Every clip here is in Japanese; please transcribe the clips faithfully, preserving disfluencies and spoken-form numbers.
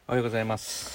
おはようございます、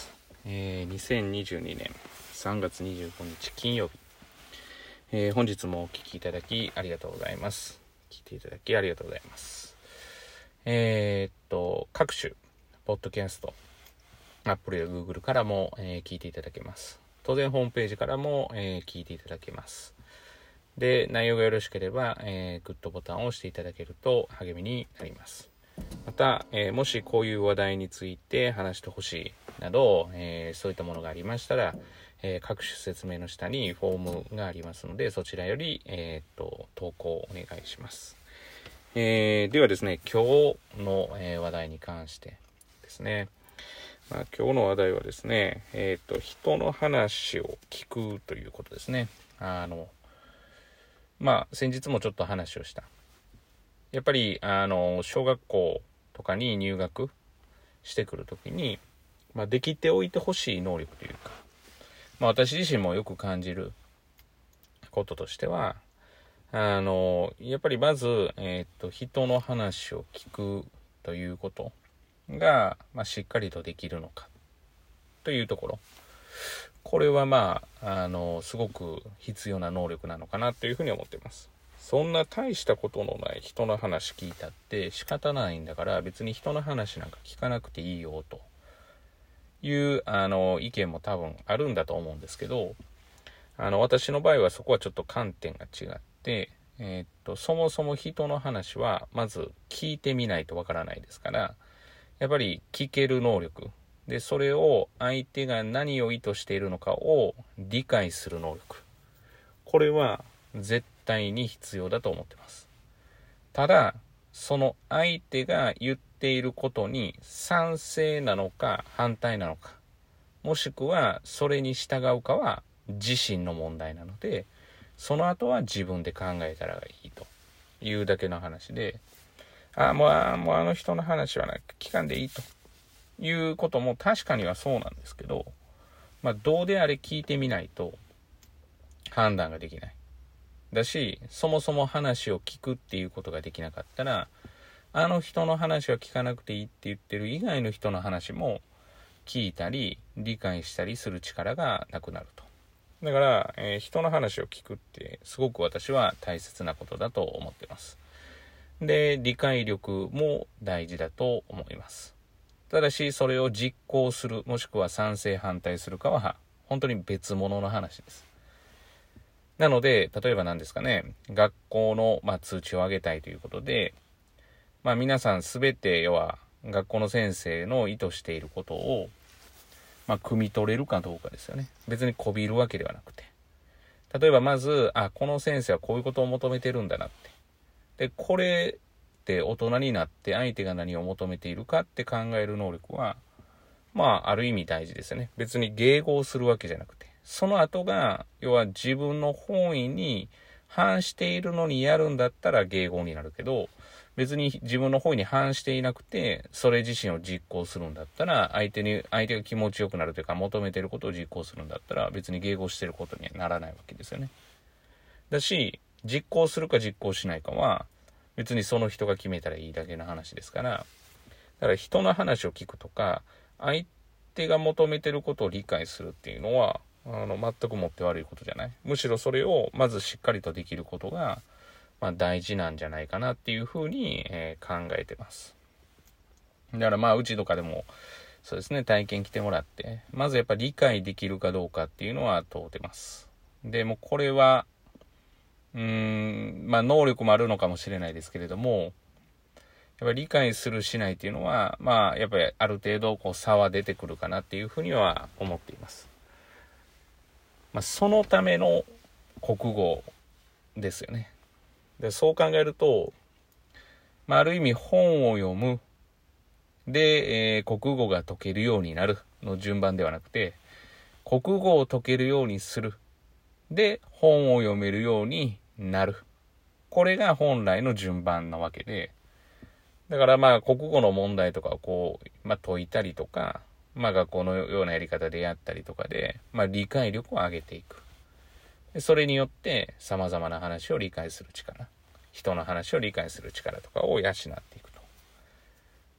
えー、にせんにじゅうにねんさんがつにじゅうごにち金曜日、えー、本日もお聞きいただきありがとうございます。聞いていただきありがとうございます。えー、っと各種ポッドキャスト Apple や Google からも、えー、聞いていただけます。当然ホームページからも、えー、聞いていただけます。で、内容がよろしければ、えー、グッドボタンを押していただけると励みになります。また、えー、もしこういう話題について話してほしいなど、えー、そういったものがありましたら、えー、各種説明の下にフォームがありますので、そちらより、えー、と投稿をお願いします。えー、ではですね、今日の、えー、話題に関してですね、まあ、今日の話題はですね、えー、と人の話を聞くということですね。あのまあ先日もちょっと話をした。やっぱりあの小学校とかに入学してくるときに、まあ、できておいてほしい能力というか、まあ、私自身もよく感じることとしては、あのやっぱりまず、えー、と人の話を聞くということが、まあ、しっかりとできるのかというところ、これはまああのすごく必要な能力なのかなというふうに思っています。そんな大したことのない人の話聞いたって仕方ないんだから、別に人の話なんか聞かなくていいよというあの意見も多分あるんだと思うんですけど、あの私の場合はそこはちょっと観点が違って、えー、っとそもそも人の話はまず聞いてみないとわからないですから、やっぱり聞ける能力で、それを相手が何を意図しているのかを理解する能力、これは絶対に必要だと思ってます。ただその相手が言っていることに賛成なのか反対なのか、もしくはそれに従うかは自身の問題なので、その後は自分で考えたらいいというだけの話で、あもうあもうあの人の話はな聞かんでいいということも確かにはそうなんですけど、まあどうであれ聞いてみないと判断ができないだし、そもそも話を聞くっていうことができなかったら、あの人の話は聞かなくていいって言ってる以外の人の話も聞いたり理解したりする力がなくなると。だから、えー、人の話を聞くってすごく私は大切なことだと思ってます。で、理解力も大事だと思います。ただしそれを実行する、もしくは賛成反対するかは本当に別物の話です。なので、例えば何ですかね、学校の、まあ、通知を上げたいということで、まあ、皆さんすべて、要は学校の先生の意図していることを、まあ、汲み取れるかどうかですよね。別にこびるわけではなくて、例えばまず、あ、この先生はこういうことを求めてるんだなって、でこれって大人になって相手が何を求めているかって考える能力は、まあある意味大事ですよね。別に迎合するわけじゃなくて、その後が要は自分の本意に反しているのにやるんだったら迎合になるけど、別に自分の本意に反していなくてそれ自身を実行するんだったら、相手に相手が気持ちよくなるというか求めていることを実行するんだったら、別に迎合していることにはならないわけですよね。だし、実行するか実行しないかは別にその人が決めたらいいだけの話ですから、だから人の話を聞くとか、相手が求めてることを理解するっていうのはあの全くもって悪いことじゃない。むしろそれをまずしっかりとできることが、まあ、大事なんじゃないかなっていうふうに、えー、考えてます。だからまあうちとかでもそうですね、体験来てもらってまずやっぱり理解できるかどうかっていうのは問うてます。でもこれはうーんまあ能力もあるのかもしれないですけれども、やっぱり理解するしないっていうのは、まあやっぱりある程度こう差は出てくるかなっていうふうには思っています。まあ、そのための国語ですよね。でそう考えると、まあ、ある意味本を読むで、えー、国語が解けるようになるの順番ではなくて、国語を解けるようにするで本を読めるようになる、これが本来の順番なわけで、だからまあ国語の問題とかをこう、まあ、解いたりとか、まあ学校のようなやり方でやったりとかで、まあ理解力を上げていく。でそれによって様々な話を理解する力、人の話を理解する力とかを養っていくと。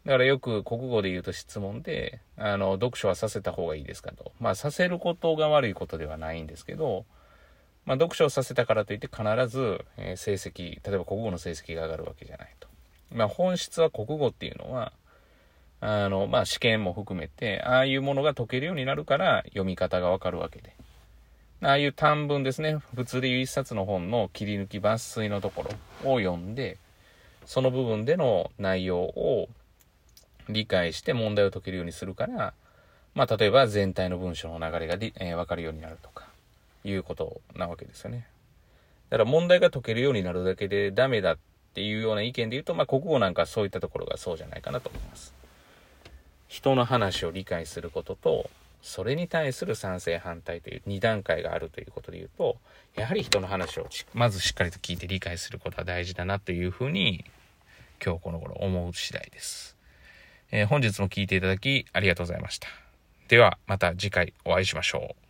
だからよく国語で言うと質問で、あの、読書はさせた方がいいですかと。まあ、させることが悪いことではないんですけど、まあ、読書をさせたからといって必ず、えー、成績、例えば国語の成績が上がるわけじゃないと。まあ、本質は国語っていうのは、あの、まあ、試験も含めて、ああいうものが解けるようになるから読み方がわかるわけで。ああいう短文ですね。普通でいう一冊の本の切り抜き抜粋のところを読んで、その部分での内容を理解して問題を解けるようにするから、まあ、例えば全体の文章の流れが、えー、わかるようになるとか、いうことなわけですよね。だから問題が解けるようになるだけでダメだっていうような意見で言うと、まあ、国語なんかそういったところがそうじゃないかなと思います。人の話を理解することと、それに対する賛成反対というに段階があるということで言うと、やはり人の話をまずしっかりと聞いて理解することは大事だなというふうに今日この頃思う次第です。えー、本日も聞いていただきありがとうございました。ではまた次回お会いしましょう。